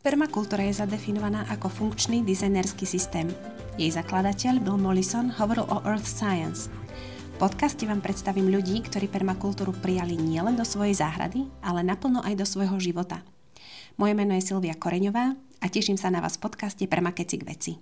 Permakultúra je zadefinovaná ako funkčný dizajnerský systém. Jej zakladateľ Bill Mollison hovoril o Earth Science. V podcaste vám predstavím ľudí, ktorí permakultúru prijali nielen do svojej záhrady, ale naplno aj do svojho života. Moje meno je Silvia Koreňová a teším sa na vás v podcaste Permakeci k veci.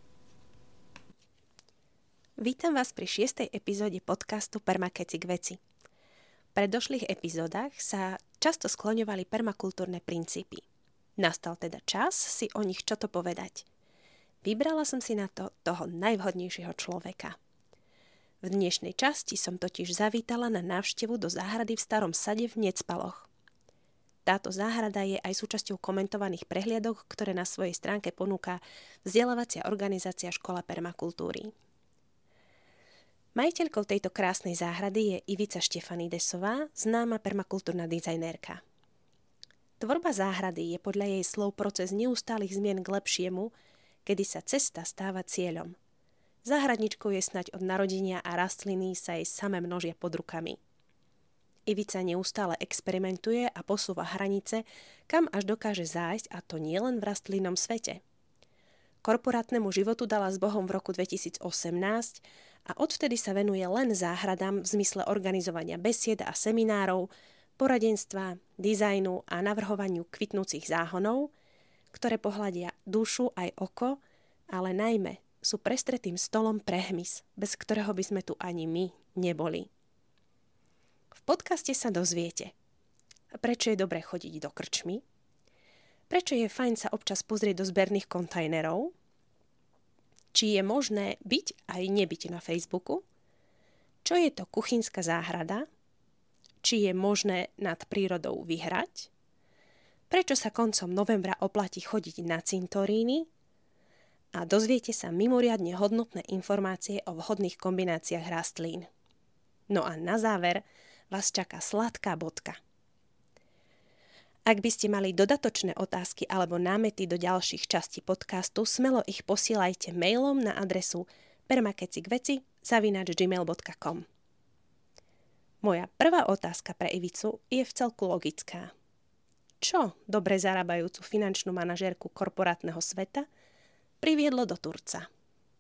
Vítam vás pri 6. epizóde podcastu Permakeci k veci. V predošlých epizódach sa často skloňovali permakultúrne princípy. Nastal teda čas si o nich čoto povedať. Vybrala som si na to toho najvhodnejšieho človeka. V dnešnej časti som totiž zavítala na návštevu do záhrady v Starom Sade v Necpaloch. Táto záhrada je aj súčasťou komentovaných prehliadok, ktoré na svojej stránke ponúka vzdelávacia organizácia Škola permakultúry. Majiteľkou tejto krásnej záhrady je Ivica Štefanidesová, známa permakultúrna dizajnérka. Tvorba záhrady je podľa jej slov proces neustálych zmien k lepšiemu, kedy sa cesta stáva cieľom. Záhradničkou je snáď od narodenia a rastliny sa jej same množia pod rukami. Ivica neustále experimentuje a posúva hranice, kam až dokáže zájsť, a to nielen v rastlinnom svete. Korporátnemu životu dala s Bohom v roku 2018 a odvtedy sa venuje len záhradám v zmysle organizovania besied a seminárov, poradenstva, dizajnu a navrhovaniu kvitnúcich záhonov, ktoré pohľadia dušu aj oko, ale najmä sú prestretým stolom pre hmyz, bez ktorého by sme tu ani my neboli. V podcaste sa dozviete, prečo je dobré chodiť do krčmy, prečo je fajn sa občas pozrieť do zberných kontajnerov, či je možné byť aj nebyť na Facebooku, čo je to kuchynská záhrada, či je možné nad prírodou vyhrať, prečo sa koncom novembra oplatí chodiť na cintoríny a dozviete sa mimoriadne hodnotné informácie o vhodných kombináciách rastlín. No a na záver vás čaká sladká bodka. Ak by ste mali dodatočné otázky alebo námety do ďalších častí podcastu, smelo ich posielajte mailom na adresu permakecikveci@gmail.com. Moja prvá otázka pre Ivicu je vcelku logická. Čo dobre zarábajúcu finančnú manažérku korporátneho sveta priviedlo do Turca?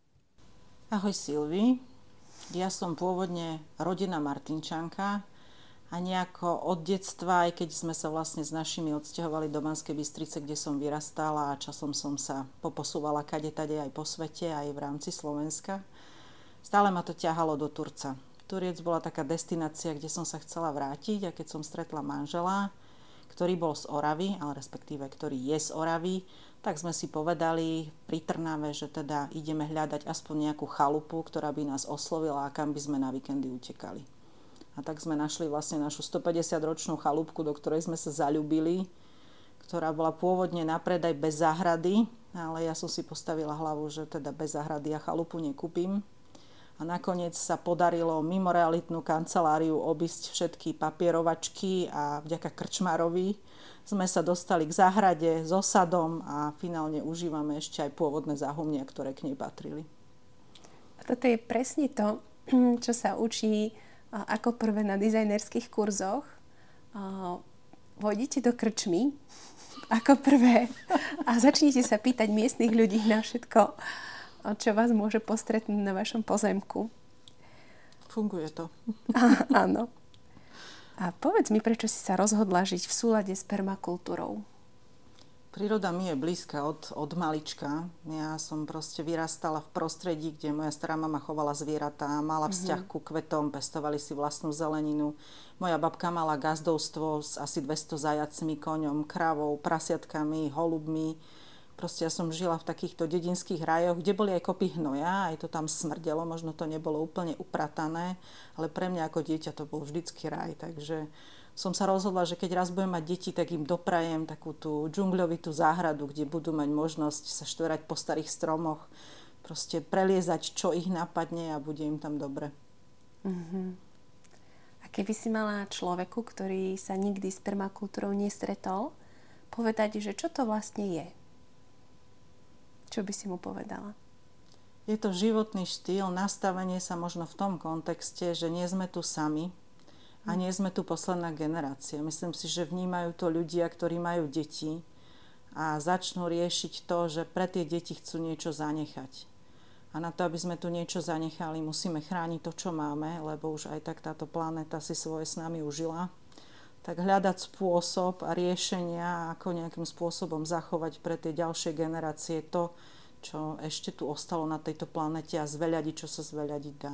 Ahoj Silvi, ja som pôvodne rodená Martinčanka a nejako od detstva, aj keď sme sa vlastne s našimi odsťahovali do Banskej Bystrice, kde som vyrastala a časom som sa poposúvala kade-tade aj po svete, aj v rámci Slovenska, stále ma to ťahalo do Turca. Turiec bola taká destinácia, kde som sa chcela vrátiť, a keď som stretla manžela, ktorý bol z Oravy, ale respektíve ktorý je z Oravy, tak sme si povedali pri Trnave, že teda ideme hľadať aspoň nejakú chalupu, ktorá by nás oslovila a kam by sme na víkendy utekali. A tak sme našli vlastne našu 150-ročnú chalúpku, do ktorej sme sa zaľúbili, ktorá bola pôvodne na predaj bez záhrady, ale ja som si postavila hlavu, že teda bez záhrady ja chalupu nekúpim. A nakoniec sa podarilo mimo realitnú kanceláriu obísť všetky papierovačky a vďaka krčmárovi sme sa dostali k záhrade s osadom a finálne užívame ešte aj pôvodné záhumnia, ktoré k nej patrili. A toto je presne to, čo sa učí ako prvé na dizajnerských kurzoch. Vojdite do krčmy ako prvé a začnite sa pýtať miestnych ľudí na všetko, čo vás môže postretnúť na vašom pozemku. Funguje to. Áno. A povedz mi, prečo si sa rozhodla žiť v súlade s permakultúrou? Príroda mi je blízka od malička. Ja som proste vyrastala v prostredí, kde moja stará mama chovala zvieratá, mala vzťah ku kvetom, pestovali si vlastnú zeleninu. Moja babka mala gazdovstvo s asi 200 zajacmi, koňom, kravou, prasiatkami, holubmi. Proste ja som žila v takýchto dedinských rajoch, kde boli aj kopy hnoja, aj to tam smrdelo, možno to nebolo úplne upratané, ale pre mňa ako dieťa to bol vždycky raj, takže som sa rozhodla, že keď raz budem mať deti, tak im doprajem takú tú džungľovitú záhradu, kde budú mať možnosť sa štverať po starých stromoch, proste preliezať, čo ich napadne, a bude im tam dobre. A keby si mala človeku, ktorý sa nikdy s permakultúrou nestretol, povedať, že čo to vlastne je? Čo by si mu povedala? Je to životný štýl, nastavenie sa možno v tom kontexte, že nie sme tu sami a nie sme tu posledná generácia. Myslím si, že vnímajú to ľudia, ktorí majú deti a začnú riešiť to, že pre tie deti chcú niečo zanechať. A na to, aby sme tu niečo zanechali, musíme chrániť to, čo máme, lebo už aj tak táto planéta si svoje s nami užila. Tak hľadať spôsob a riešenia, ako nejakým spôsobom zachovať pre tie ďalšie generácie to, čo ešte tu ostalo na tejto planete a zveľadiť, čo sa zveľadiť dá.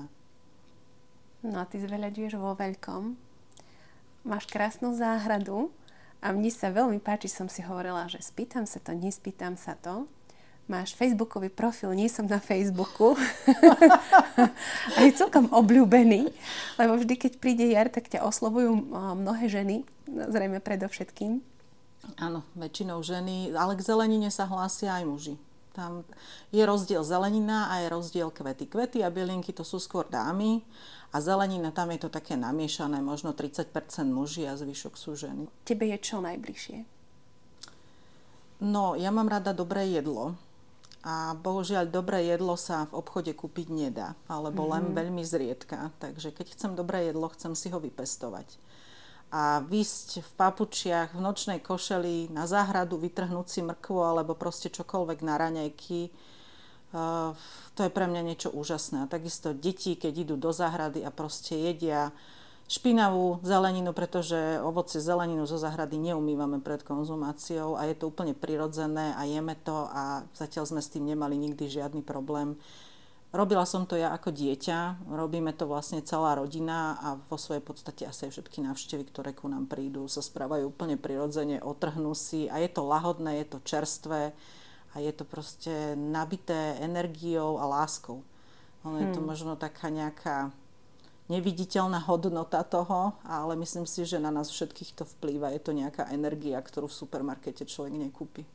No a ty zveľaďuješ vo veľkom. Máš krásnu záhradu a mne sa veľmi páči, som si hovorila, že spýtam sa to, nespýtam sa to. Máš facebookový profil, nie som na Facebooku. A je celkom obľúbený, lebo vždy, keď príde jar, tak ťa oslovujú mnohé ženy, zrejme predovšetkým. Áno, väčšinou ženy, ale k zelenine sa hlásia aj muži. Tam je rozdiel zelenina a je rozdiel kvety. Kvety a bylinky to sú skôr dámy a zelenina, tam je to také namiešané, možno 30% muži a zvyšok sú ženy. Tebe je čo najbližšie? No, ja mám rada dobré jedlo. A bohužiaľ dobré jedlo sa v obchode kúpiť nedá, alebo len veľmi zriedka. Takže keď chcem dobré jedlo, chcem si ho vypestovať. A výsť v papučiach, v nočnej košeli na záhradu, vytrhnúť si mrkvu alebo proste čokoľvek na raňajky, to je pre mňa niečo úžasné. A takisto deti, keď idú do záhrady a proste jedia špinavú zeleninu, pretože ovocie, zeleninu zo záhrady neumývame pred konzumáciou a je to úplne prirodzené a jeme to a zatiaľ sme s tým nemali nikdy žiadny problém. Robila som to ja ako dieťa, robíme to vlastne celá rodina a vo svojej podstate asi aj všetky návštevy, ktoré ku nám prídu, sa správajú úplne prirodzene, otrhnú si a je to lahodné, je to čerstvé a je to proste nabité energiou a láskou. Ono je to možno taká nejaká neviditeľná hodnota toho, ale myslím si, že na nás všetkých to vplýva. Je to nejaká energia, ktorú v supermarkete človek nekúpi.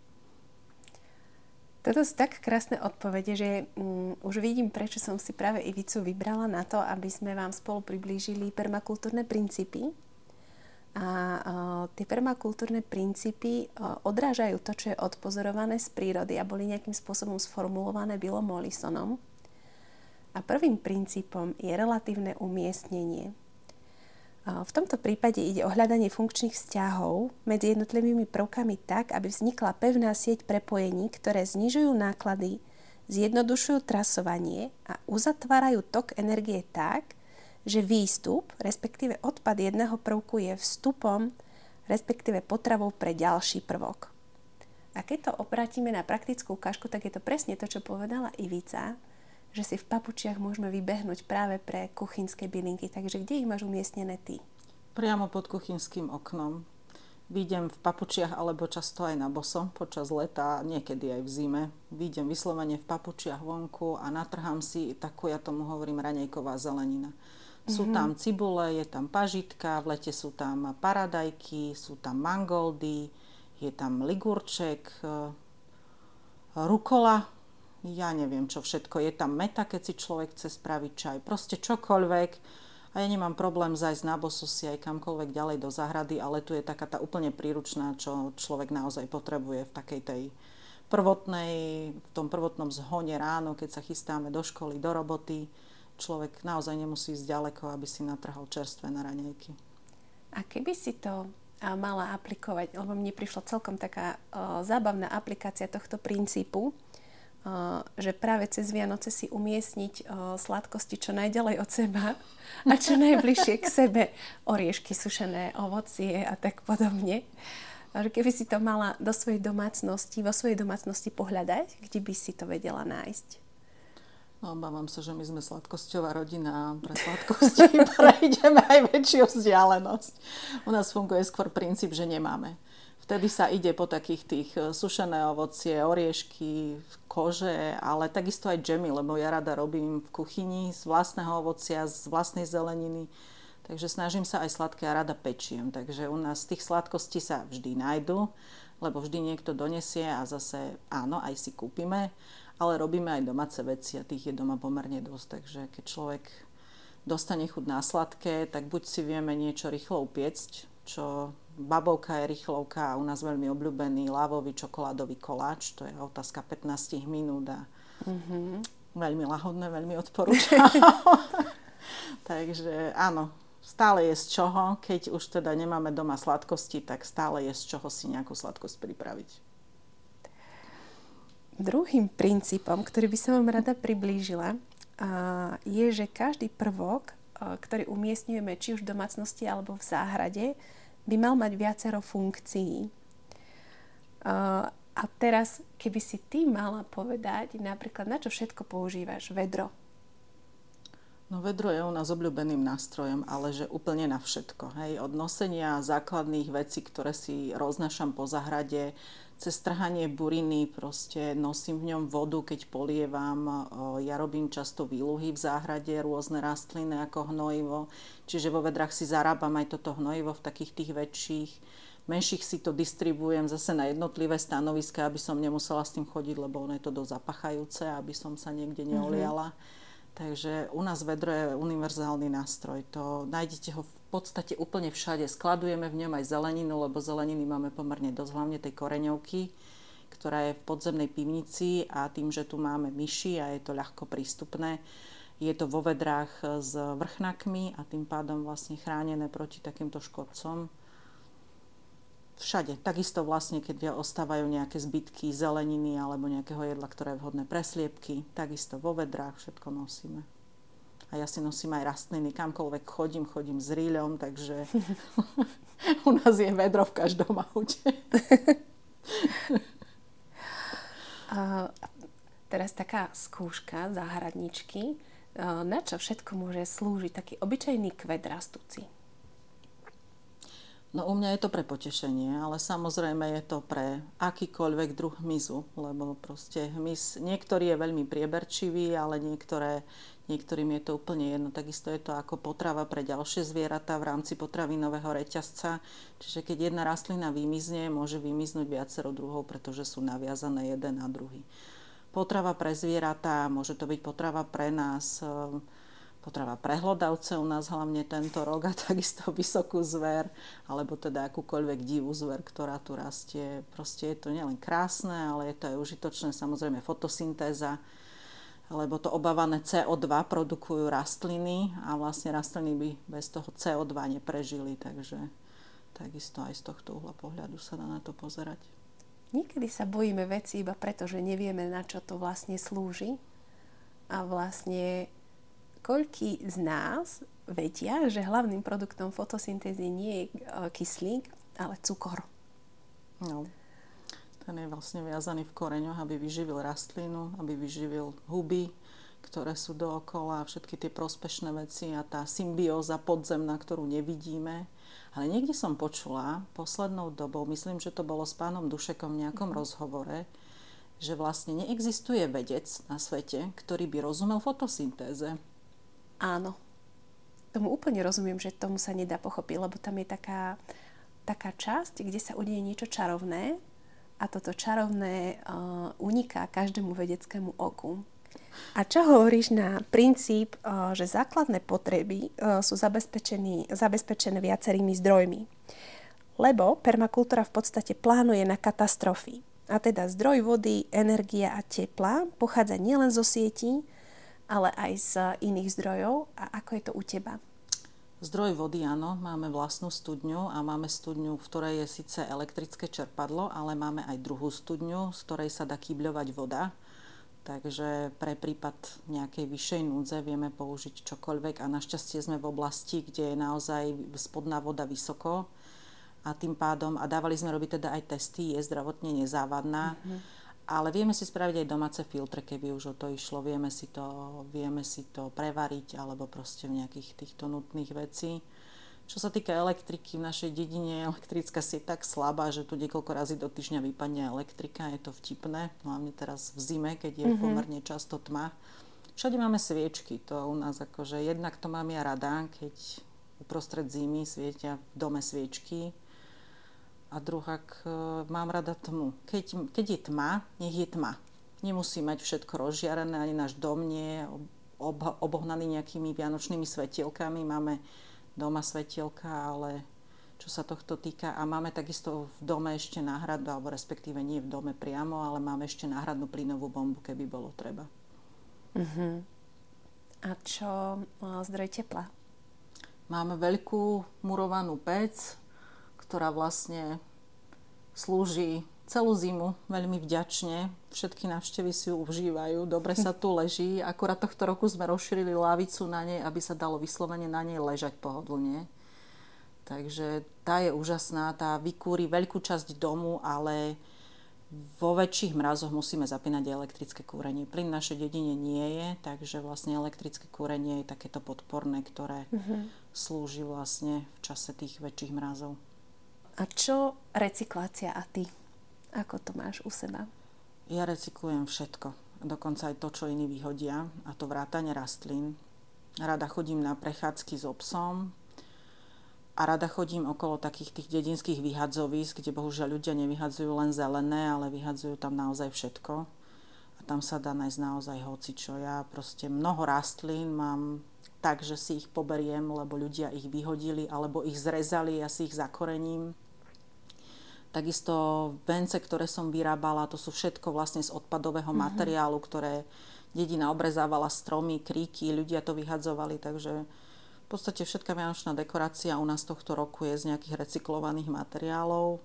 Toto sú tak krásne odpovede, že už vidím, prečo som si práve Ivicu vybrala na to, aby sme vám spolu priblížili permakultúrne princípy. A tie permakultúrne princípy odrážajú to, čo je odpozorované z prírody a boli nejakým spôsobom sformulované Billom Mollisonom. A prvým princípom je relatívne umiestnenie. V tomto prípade ide o hľadanie funkčných vzťahov medzi jednotlivými prvkami tak, aby vznikla pevná sieť prepojení, ktoré znižujú náklady, zjednodušujú trasovanie a uzatvárajú tok energie tak, že výstup, respektíve odpad jedného prvku je vstupom, respektíve potravou pre ďalší prvok. A keď to obrátime na praktickú ukážku, tak je to presne to, čo povedala Ivica, že si v papučiach môžeme vybehnúť práve pre kuchynské bylinky. Takže kde ich máš umiestnené ty? Priamo pod kuchynským oknom. Výjdem v papučiach alebo často aj na boso počas leta, niekedy aj v zime. Výjdem vyslovene v papučiach vonku a natrhám si takú, ja tomu hovorím, raňajková zelenina. Sú tam cibule, je tam pažitka, v lete sú tam paradajky, sú tam mangoldy, je tam ligurček, rukola, ja neviem čo všetko, je tam meta, keď si človek chce spraviť čaj, proste čokoľvek a ja nemám problém zajsť na boso si aj kamkoľvek ďalej do záhrady, ale tu je taká tá úplne príručná, čo človek naozaj potrebuje v takej tej v tom prvotnom zhone ráno, keď sa chystáme do školy, do roboty, človek naozaj nemusí ísť ďaleko, aby si natrhal čerstvé na raňajky. A keby si to mala aplikovať, lebo mne prišla celkom taká zábavná aplikácia tohto princípu, že práve cez Vianoce si umiestniť sladkosti čo najďalej od seba a čo najbližšie k sebe, oriešky, sušené ovocie a tak podobne. Keby si to mala vo svojej domácnosti pohľadať, kde by si to vedela nájsť? No, obávam sa, že my sme sladkosťová rodina a pre sladkosti prejdeme aj väčšiu vzdialenosť. U nás funguje skôr princíp, že nemáme. Vtedy sa ide po takých tých sušené ovocie, oriešky, kože, ale takisto aj džemy, lebo ja rada robím v kuchyni z vlastného ovocia, z vlastnej zeleniny. Takže snažím sa aj sladké a rada pečiem. Takže u nás tých sladkostí sa vždy nájdu, lebo vždy niekto donesie a zase áno, aj si kúpime, ale robíme aj domáce veci a tých je doma pomerne dosť. Takže keď človek dostane chuť na sladké, tak buď si vieme niečo rýchlo upiecť, čo babovka je rýchlovka a u nás veľmi obľúbený lávový čokoládový koláč. To je otázka 15 minút a veľmi lahodné, veľmi odporúčam. Takže áno, stále je z čoho. Keď už teda nemáme doma sladkosti, tak stále je z čoho si nejakú sladkosť pripraviť. Druhým princípom, ktorý by som vám rada priblížila, je, že každý prvok, ktorý umiestňujeme či už v domácnosti alebo v záhrade, by mal mať viacero funkcií. A teraz, keby si ty mala povedať, napríklad, na čo všetko používaš vedro? No vedro je u nás obľúbeným nástrojom, ale že úplne na všetko. Hej? Od nosenia základných vecí, ktoré si roznášam po zahrade, cez trhanie buriny, proste nosím v ňom vodu, keď polievam. Ja robím často výluhy v záhrade, rôzne rastliny ako hnojivo. Čiže vo vedrách si zarábam aj toto hnojivo v takých tých väčších. Menších si to distribuujem zase na jednotlivé stanoviská, aby som nemusela s tým chodiť, lebo ono je to dosť zapachajúce, aby som sa niekde neoliala. Takže u nás vedro je univerzálny nástroj. To nájdete ho v podstate úplne všade. Skladujeme v ňom aj zeleninu, lebo zeleniny máme pomerne dosť, hlavne tej koreňovky, ktorá je v podzemnej pivnici a tým, že tu máme myši a je to ľahko prístupné, je to vo vedrách s vrchnakmi a tým pádom vlastne chránené proti takýmto škodcom. Všade. Takisto vlastne, keď ostávajú nejaké zbytky zeleniny alebo nejakého jedla, ktoré je vhodné pre sliepky, takisto vo vedrách všetko nosíme. A ja si nosím aj rastliny, kamkoľvek chodím s rýľom, takže u nás je vedro v každom aute. Teraz taká skúška záhradničky. Na čo všetko môže slúžiť taký obyčajný kvet rastúci? No u mňa je to pre potešenie, ale samozrejme je to pre akýkoľvek druh hmyzu, lebo proste hmyz, niektorý je veľmi prieberčivý, ale niektorým je to úplne jedno. Takisto je to ako potrava pre ďalšie zvieratá v rámci potravinového reťazca. Čiže keď jedna rastlina vymizne, môže vymiznúť viacero druhov, pretože sú naviazané jeden na druhý. Potrava pre zvieratá, môže to byť potrava pre nás, potrava pre hlodavce u nás hlavne tento rok a takisto vysokú zver, alebo teda akúkoľvek divú zver, ktorá tu rastie. Proste je to nielen krásne, ale je to aj užitočné, samozrejme fotosyntéza, lebo to obávané CO2 produkujú rastliny a vlastne rastliny by bez toho CO2 neprežili, takže takisto aj z tohto uhla pohľadu sa dá na to pozerať. Niekedy sa bojíme veci iba preto, že nevieme, na čo to vlastne slúži a vlastne koľký z nás vedia, že hlavným produktom fotosyntézy nie je kyslík, ale cukor. No, ten je vlastne viazaný v koreňoch, aby vyživil rastlinu, aby vyživil huby, ktoré sú dookola, všetky tie prospešné veci a tá symbióza podzemná, ktorú nevidíme. Ale niekde som počula poslednou dobou, myslím, že to bolo s pánom Dušekom v nejakom rozhovore, že vlastne neexistuje vedec na svete, ktorý by rozumel fotosyntéze. Áno. Tomu úplne rozumiem, že tomu sa nedá pochopiť, lebo tam je taká časť, kde sa udeje niečo čarovné a toto čarovné uniká každému vedeckému oku. A čo hovoríš na princíp, že základné potreby sú zabezpečené viacerými zdrojmi? Lebo permakultúra v podstate plánuje na katastrofy. A teda zdroj vody, energia a tepla pochádza nielen zo sietí, ale aj z iných zdrojov. A ako je to u teba? Zdroj vody, áno. Máme vlastnú studňu a máme studňu, v ktorej je síce elektrické čerpadlo, ale máme aj druhú studňu, z ktorej sa dá kýbľovať voda. Takže pre prípad nejakej vyššej núdze vieme použiť čokoľvek a našťastie sme v oblasti, kde je naozaj spodná voda vysoko a tým pádom, a dávali sme robiť teda aj testy, je zdravotne nezávadná. Ale vieme si spraviť aj domáce filtre, keby už o to išlo. Vieme si to prevariť alebo proste v nejakých týchto nutných vecí. Čo sa týka elektriky, v našej dedine je elektrická sieť tak slabá, že tu niekoľko razy do týždňa vypadne elektrika. Je to vtipné, hlavne teraz v zime, keď je pomerne často tma. Všade máme sviečky. To u nás akože jednak to mám ja rada, keď uprostred zimy svietia v dome sviečky. A druhák, mám rada tmu. Keď je tma, nech je tma. Nemusí mať všetko rozžiarené, ani náš dom nie je obohnaný nejakými vianočnými svetielkami. Máme doma svetielka, ale čo sa tohto týka. A máme takisto v dome ešte náhradu, alebo respektíve nie v dome priamo, ale máme ešte náhradnú plynovú bombu, keby bolo treba. A čo zdroj tepla? Máme veľkú murovanú pec, ktorá vlastne slúži celú zimu veľmi vďačne. Všetky návštevy si ju užívajú. Dobre sa tu leží. Akurát tohto roku sme rozšírili lavicu na nej, aby sa dalo vyslovene na nej ležať pohodlne. Takže tá je úžasná. Tá vykúri veľkú časť domu, ale vo väčších mrazoch musíme zapínať elektrické kúrenie. Plyn v našej dedine nie je, takže vlastne elektrické kúrenie je takéto podporné, ktoré slúži vlastne v čase tých väčších mrazov. A čo recyklácia a ty? Ako to máš u seba? Ja recyklujem všetko. Dokonca aj to, čo iní vyhodia. A to vrátane rastlín. Rada chodím na prechádzky s obsom. A rada chodím okolo takých tých dedinských vyhadzovísk, kde bohužiaľ ľudia nevyhadzujú len zelené, ale vyhadzujú tam naozaj všetko. A tam sa dá nájsť naozaj hocičo. Ja proste mnoho rastlín mám tak, že si ich poberiem, lebo ľudia ich vyhodili, alebo ich zrezali, ja si ich zakorením. Takisto vence, ktoré som vyrábala, to sú všetko vlastne z odpadového materiálu, ktoré dedina obrezávala, stromy, kríky, ľudia to vyhadzovali, takže v podstate všetká vianočná dekorácia u nás tohto roku je z nejakých recyklovaných materiálov.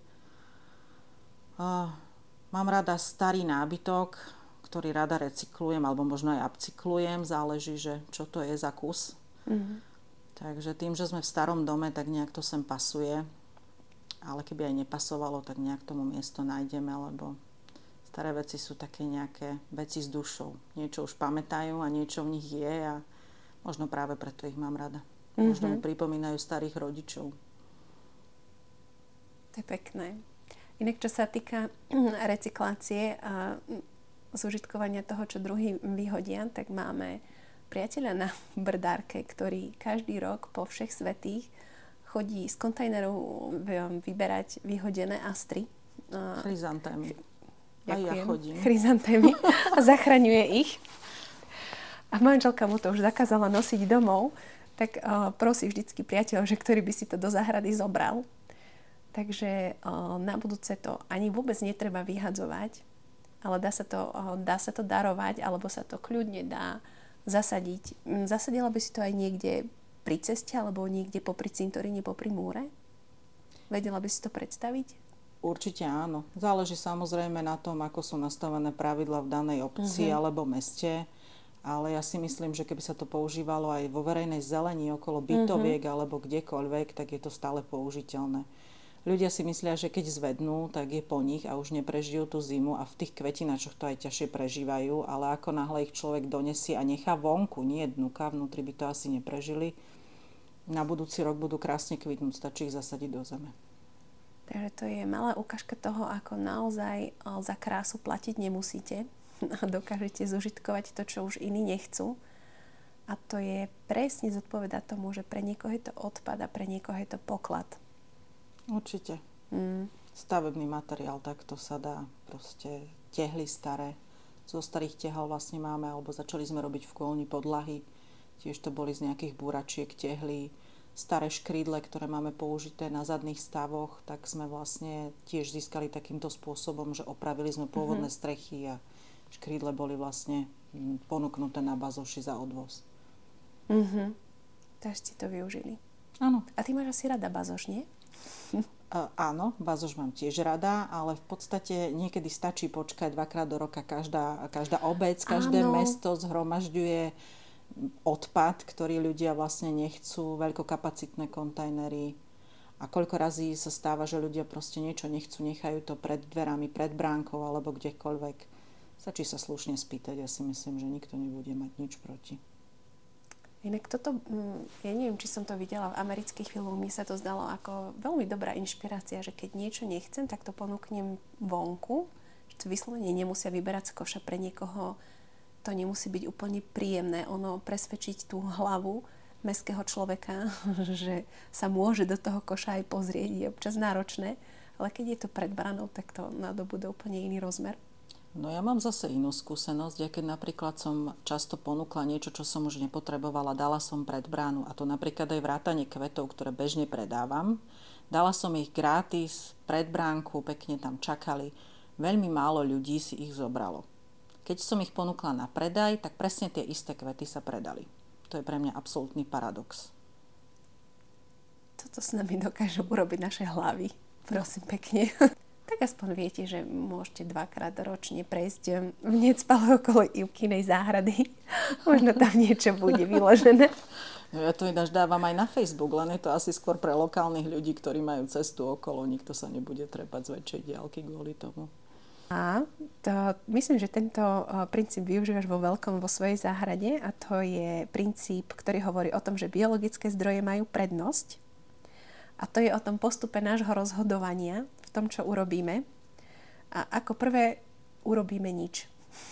Mám rada starý nábytok, ktorý rada recyklujem, alebo možno aj upcyklujem, záleží, že čo to je za kus. Takže tým, že sme v starom dome, tak nejak to sem pasuje. Ale keby aj nepasovalo, tak nejak tomu miesto nájdeme, lebo staré veci sú také nejaké veci s dušou. Niečo už pamätajú a niečo v nich je a možno práve preto ich mám rada. Možno mi pripomínajú starých rodičov. To je pekné. Inak, čo sa týka recyklácie a zužitkovania toho, čo druhý vyhodia, tak máme priateľa na Brdárke, ktorý každý rok po všech svätých chodí z kontajnerov vyberať vyhodené astry. Chryzantémy. Aj ja chodím. Chryzantémy a zachraňuje ich. A manželka mu to už zakázala nosiť domov, tak prosí vždycky priateľov, že ktorý by si to do záhrady zobral. Takže na budúce to ani vôbec netreba vyhadzovať, ale dá sa to darovať, alebo sa to kľudne dá zasadiť. Zasadila by si to aj niekde pri ceste, alebo niekde popri cintoríne, popri múre? Vedela by si to predstaviť? Určite áno. Záleží samozrejme na tom, ako sú nastavené pravidlá v danej obci alebo meste. Ale ja si myslím, že keby sa to používalo aj vo verejnej zelení okolo bytoviek alebo kdekoľvek, tak je to stále použiteľné. Ľudia si myslia, že keď zvednú, tak je po nich a už neprežijú tú zimu a v tých kvetinačoch to aj ťažšie prežívajú, ale ako náhle ich človek donesie a nechá vonku, nie dnuka, vnútri by to asi neprežili, na budúci rok budú krásne kvitnúť, stačí ich zasadiť do zeme. Takže to je malá ukážka toho, ako naozaj za krásu platiť nemusíte a dokážete zužitkovať to, čo už iní nechcú. A to je presne zodpovedať tomu, že pre niekoho je to odpad a pre niekoho je to poklad. Určite. Stavebný materiál, takto sa dá. Proste tehly staré. Zo starých tehal vlastne máme, alebo začali sme robiť v Kôlni podlahy. Tiež to boli z nejakých búračiek tehly. Staré škrídle, ktoré máme použité na zadných stavoch, tak sme vlastne tiež získali takýmto spôsobom, že opravili sme pôvodné strechy a škrídle boli vlastne ponúknuté na bazoši za odvoz. Takže ste to využili. Áno. A ty máš asi rada bazoš, nie? Áno, bazoš mám tiež rada, ale v podstate niekedy stačí počkať 2-krát do roka. Každá obec, každé mesto zhromažďuje odpad, ktorý ľudia vlastne nechcú, veľkokapacitné kontajnery. A koľko razy sa stáva, že ľudia proste niečo nechcú, nechajú to pred dverami, pred bránkou alebo kdekoľvek. Stačí sa slušne spýtať, ja si myslím, že nikto nebude mať nič proti. Inak toto, ja neviem, či som to videla v amerických filmoch, mi sa to zdalo ako veľmi dobrá inšpirácia, že keď niečo nechcem, tak to ponúknem vonku, že to vyslovene nemusia vyberať z koša. Pre niekoho to nemusí byť úplne príjemné, presvedčiť tú hlavu mestského človeka, že sa môže do toho koša aj pozrieť, je občas náročné, ale keď je to pred branou, tak to nadobúda úplne iný rozmer. No ja mám zase inú skúsenosť, ja keď napríklad som často ponúkla niečo, čo som už nepotrebovala, dala som pred bránu, a to napríklad aj vrátanie kvetov, ktoré bežne predávam. Dala som ich gratis pred bránku, pekne tam čakali. Veľmi málo ľudí si ich zobralo. Keď som ich ponúkla na predaj, tak presne tie isté kvety sa predali. To je pre mňa absolútny paradox. Toto s nami dokážu urobiť naše hlavy. Prosím pekne. Tak aspoň viete, že môžete 2-krát ročne prejsť v Necpale okolo Ivkinej záhrady. Možno tam niečo bude vyložené. Ja to ináč dávam aj na Facebook, len je to asi skôr pre lokálnych ľudí, ktorí majú cestu okolo. Nikto sa nebude trepať z väčšej diaľky kvôli tomu. A myslím, že tento princíp využívaš vo veľkom vo svojej záhrade a to je princíp, ktorý hovorí o tom, že biologické zdroje majú prednosť a to je o tom postupe nášho rozhodovania v tom, čo urobíme a ako prvé urobíme nič.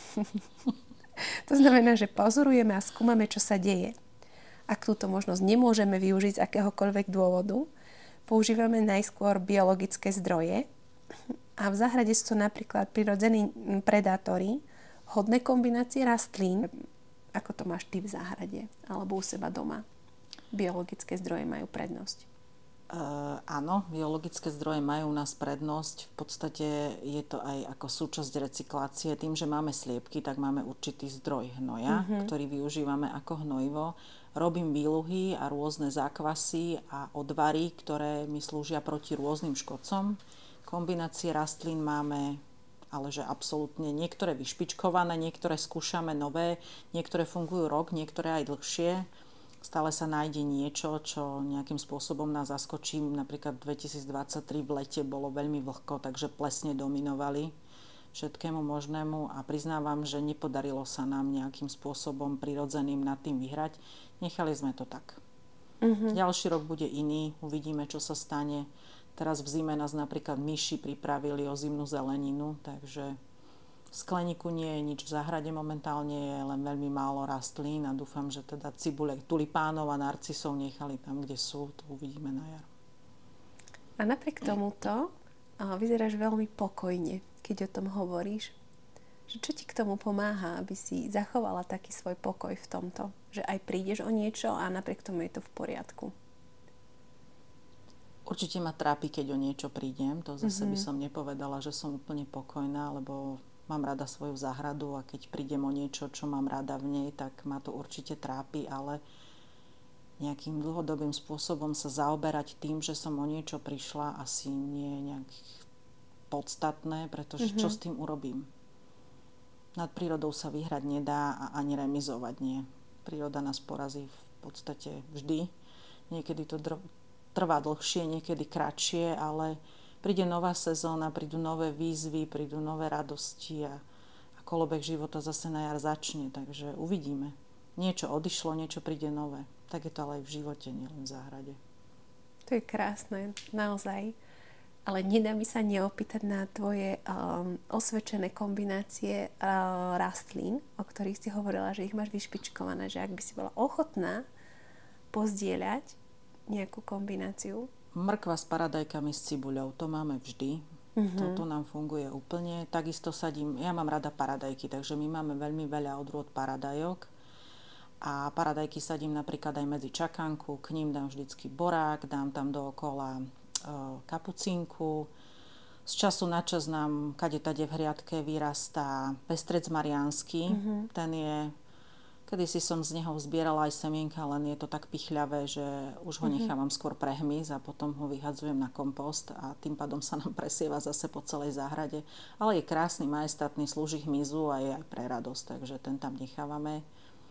To znamená, že pozorujeme a skúmame, čo sa deje. Ak túto možnosť nemôžeme využiť z akéhokoľvek dôvodu, používame najskôr biologické zdroje. A v záhrade sú to napríklad prirodzení predátori, hodné kombinácie rastlín. Ako to máš ty v záhrade alebo u seba doma? Biologické zdroje majú prednosť. Áno, biologické zdroje majú u nás prednosť. V podstate je to aj ako súčasť recyklácie. Tým, že máme sliepky, tak máme určitý zdroj hnoja, ktorý využívame ako hnojivo. Robím výluhy a rôzne zákvasy a odvary, ktoré mi slúžia proti rôznym škodcom. Kombinácie rastlín máme, ale že absolútne niektoré vyšpičkované, niektoré skúšame nové, niektoré fungujú rok, niektoré aj dlhšie. Stále sa nájde niečo, čo nejakým spôsobom nás zaskočí. Napríklad 2023 v lete bolo veľmi vlhko, takže plesne dominovali všetkému možnému a priznávam, že nepodarilo sa nám nejakým spôsobom prirodzeným nad tým vyhrať. Nechali sme to tak. Ďalší rok bude iný, uvidíme, čo sa stane. Teraz v zime nás napríklad myši pripravili o zimnú zeleninu, takže v skleníku nie je nič v záhrade momentálne, je len veľmi málo rastlín a dúfam, že teda cibule tulipánov a narcisov nechali tam, kde sú, to uvidíme na jar. A napriek tomuto vyzeráš veľmi pokojne, keď o tom hovoríš. Čo ti k tomu pomáha, aby si zachovala taký svoj pokoj v tomto? Že aj prídeš o niečo a napriek tomu je to v poriadku. Určite ma trápi, keď o niečo prídem. To zase by som nepovedala, že som úplne pokojná, lebo mám rada svoju záhradu a keď prídem o niečo, čo mám rada v nej, tak ma to určite trápi, ale nejakým dlhodobým spôsobom sa zaoberať tým, že som o niečo prišla, asi nie je nejak podstatné, pretože čo s tým urobím? Nad prírodou sa vyhrať nedá a ani remizovať nie. Príroda nás porazí v podstate vždy. Niekedy to trvá dlhšie, niekedy kratšie, ale príde nová sezóna, prídu nové výzvy, prídu nové radosti a kolobeh života zase na jar začne, takže uvidíme. Niečo odišlo, niečo príde nové. Tak je to ale aj v živote, nielen v záhrade. To je krásne, naozaj. Ale nedá mi sa neopýtať na tvoje osvedčené kombinácie rastlín, o ktorých si hovorila, že ich máš vyšpičkované, že ak by si bola ochotná pozdieľať nejakú kombináciu? Mrkva s paradajkami s cibuľou, to máme vždy. Toto nám funguje úplne. Takisto sadím, ja mám rada paradajky, takže my máme veľmi veľa odrôd paradajok. A paradajky sadím napríklad aj medzi čakanku, k ním dám vždycky borák, dám tam dookola kapucínku. Z času na čas nám kadetade v hriadke vyrastá pestrec mariánsky. Ten je, kedysi som z neho zbierala aj semienka, len je to tak pichľavé, že už ho nechávam skôr prehmyť a potom ho vyhadzujem na kompost a tým pádom sa nám presieva zase po celej záhrade. Ale je krásny, majestátny, slúži hmyzu a je aj pre radosť, takže ten tam nechávame.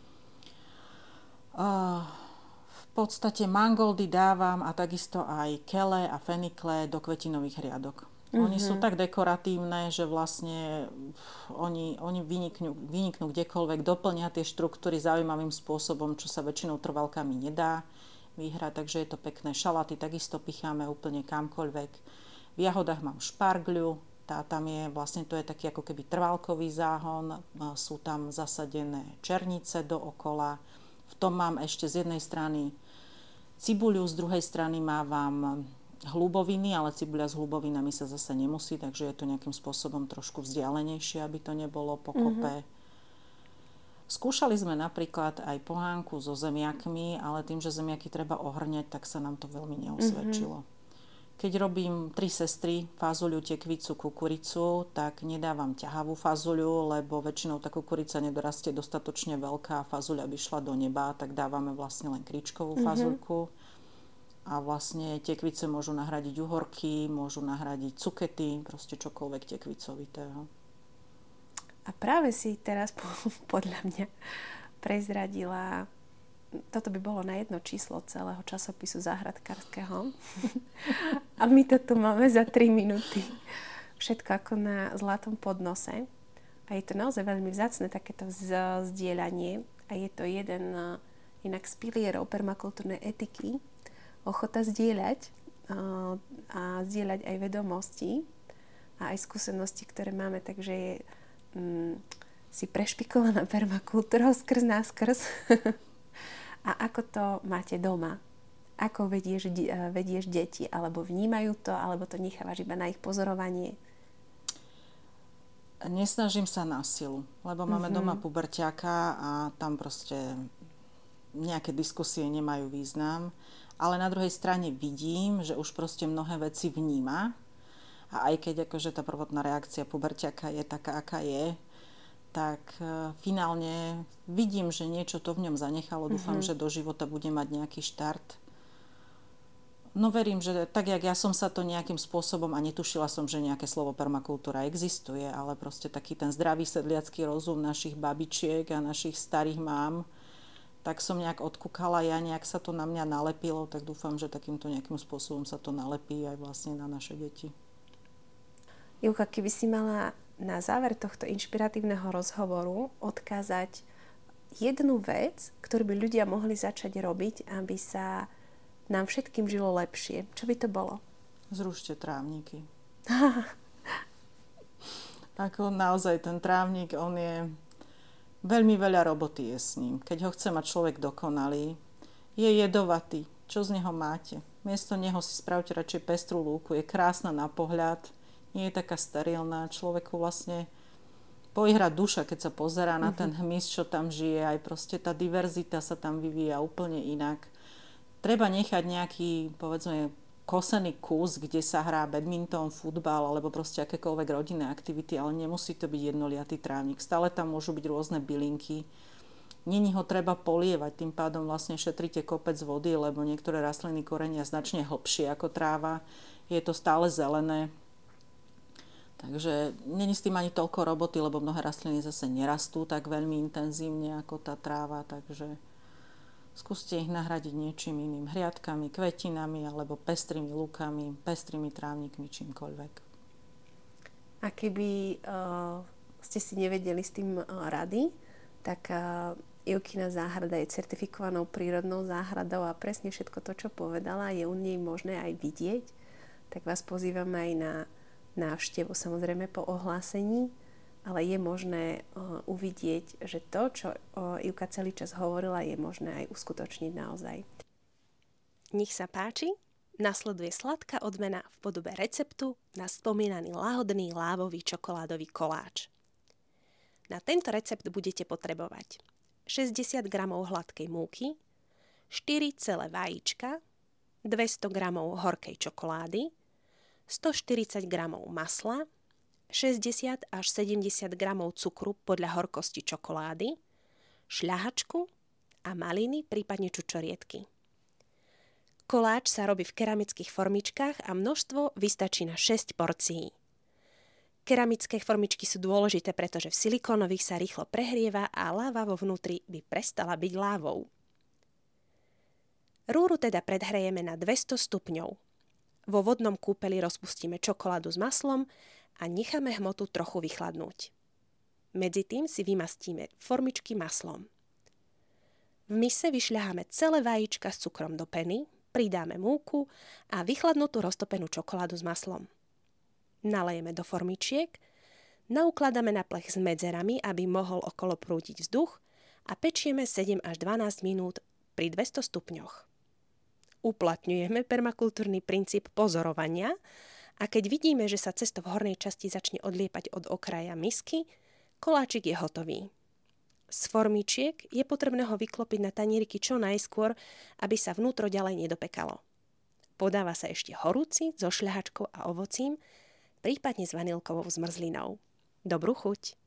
V podstate mangoldy dávam a takisto aj kele a fenikle do kvetinových hriadok. Oni sú tak dekoratívne, že vlastne oni vyniknú kdekoľvek, doplnia tie štruktúry zaujímavým spôsobom, čo sa väčšinou trvalkami nedá vyhrať, takže je to pekné. Šalaty takisto picháme úplne kamkoľvek. V jahodách mám špargľu, tam je vlastne, to je taký ako keby trvalkový záhon, sú tam zasadené černice dookola. V tom mám ešte z jednej strany cibuľu, z druhej strany mávam hluboviny, ale cibuľa s hlubovinami sa zase nemusí, takže je to nejakým spôsobom trošku vzdialenejšie, aby to nebolo pokope. Skúšali sme napríklad aj pohánku so zemiakmi, ale tým, že zemiaky treba ohrňať, tak sa nám to veľmi neosvedčilo. Keď robím 3 sestry, fazuľu, tekvicu, kukuricu, tak nedávam ťahavú fazuľu, lebo väčšinou tá kukurica nedorastie dostatočne veľká a fazuľa by šla do neba, tak dávame vlastne len kríčkovú fazuľku. A vlastne tekvice môžu nahradiť uhorky, môžu nahradiť cukety, proste čokoľvek tekvicovitého. A práve si teraz podľa mňa prezradila, toto by bolo na jedno číslo celého časopisu záhradkárskeho. A my to tu máme za 3 minúty. Všetko ako na zlatom podnose. A je to naozaj veľmi vzácne takéto zdieľanie. A je to jeden inak z pilierov permakultúrnej etiky. Ochota zdieľať a zdieľať aj vedomosti a aj skúsenosti, ktoré máme. Takže si prešpikovaná permakultúrou skrz náskrz. A ako to máte doma? Ako vedieš deti? Alebo vnímajú to, alebo to nechávaš iba na ich pozorovanie? Nesnažím sa na silu, lebo máme doma puberťáka a tam proste nejaké diskusie nemajú význam. Ale na druhej strane vidím, že už proste mnohé veci vníma. A aj keď akože tá prvotná reakcia puberťáka je taká, aká je, tak finálne vidím, že niečo to v ňom zanechalo. Dúfam, že do života bude mať nejaký štart. No verím, že tak, jak ja som sa to nejakým spôsobom, a netušila som, že nejaké slovo permakultúra existuje, ale proste taký ten zdravý sedliacky rozum našich babičiek a našich starých mám, tak som nejak odkúkala, nejak sa to na mňa nalepilo, tak dúfam, že takýmto nejakým spôsobom sa to nalepí aj vlastne na naše deti. Júka, keby si mala na záver tohto inšpiratívneho rozhovoru odkázať jednu vec, ktorú by ľudia mohli začať robiť, aby sa nám všetkým žilo lepšie, čo by to bolo? Zrušte trávniky. Ako naozaj ten trávnik, on je... Veľmi veľa roboty je s ním. Keď ho chce mať človek dokonalý, je jedovatý. Čo z neho máte? Miesto neho si spravte radšej pestrú lúku. Je krásna na pohľad, nie je taká sterilná. Človeku vlastne poihra duša, keď sa pozerá na ten hmyz, čo tam žije. Aj proste tá diverzita sa tam vyvíja úplne inak. Treba nechať nejaký, povedzme, kosený kus, kde sa hrá badminton, futbal alebo proste akékoľvek rodinné aktivity, ale nemusí to byť jednoliatý trávnik. Stále tam môžu byť rôzne bylinky. Není ho treba polievať, tým pádom vlastne šetríte kopec vody, lebo niektoré rastliny korenia značne hlbšie ako tráva. Je to stále zelené. Takže není s tým ani toľko roboty, lebo mnohé rastliny zase nerastú tak veľmi intenzívne ako tá tráva, takže skúste ich nahradiť niečím iným, hriadkami, kvetinami alebo pestrými lúkami, pestrými trávnikmi, čímkoľvek. A keby ste si nevedeli s tým rady, tak Júkina záhrada je certifikovanou prírodnou záhradou a presne všetko to, čo povedala, je u nej možné aj vidieť. Tak vás pozývame aj na návštevu, samozrejme po ohlásení, ale je možné uvidieť, že to, čo Júka celý čas hovorila, je možné aj uskutočniť naozaj. Nech sa páči, nasleduje sladká odmena v podobe receptu na spomínaný lahodný lávový čokoládový koláč. Na tento recept budete potrebovať 60 g hladkej múky, 4 celé vajíčka, 200 g horkej čokolády, 140 g masla, 60 až 70 g cukru podľa horkosti čokolády, šľahačku a maliny, prípadne čučoriedky. Koláč sa robí v keramických formičkách a množstvo vystačí na 6 porcií. Keramické formičky sú dôležité, pretože v silikónových sa rýchlo prehrieva a láva vo vnútri by prestala byť lávou. Rúru teda predhrejeme na 200 stupňov. Vo vodnom kúpeli rozpustíme čokoládu s maslom a necháme hmotu trochu vychladnúť. Medzi tým si vymastíme formičky maslom. V mise vyšľaháme celé vajíčka s cukrom do peny, pridáme múku a vychladnutú roztopenú čokoládu s maslom. Nalejeme do formičiek, naukladáme na plech s medzerami, aby mohol okolo prúdiť vzduch a pečieme 7 až 12 minút pri 200 stupňoch. Uplatňujeme permakultúrny princíp pozorovania a keď vidíme, že sa cesto v hornej časti začne odliepať od okraja misky, koláčik je hotový. Z formičiek je potrebné ho vyklopiť na tanieriky čo najskôr, aby sa vnútro ďalej nedopekalo. Podáva sa ešte horúci so šľahačkou a ovocím, prípadne s vanilkovou zmrzlinou. Dobrú chuť!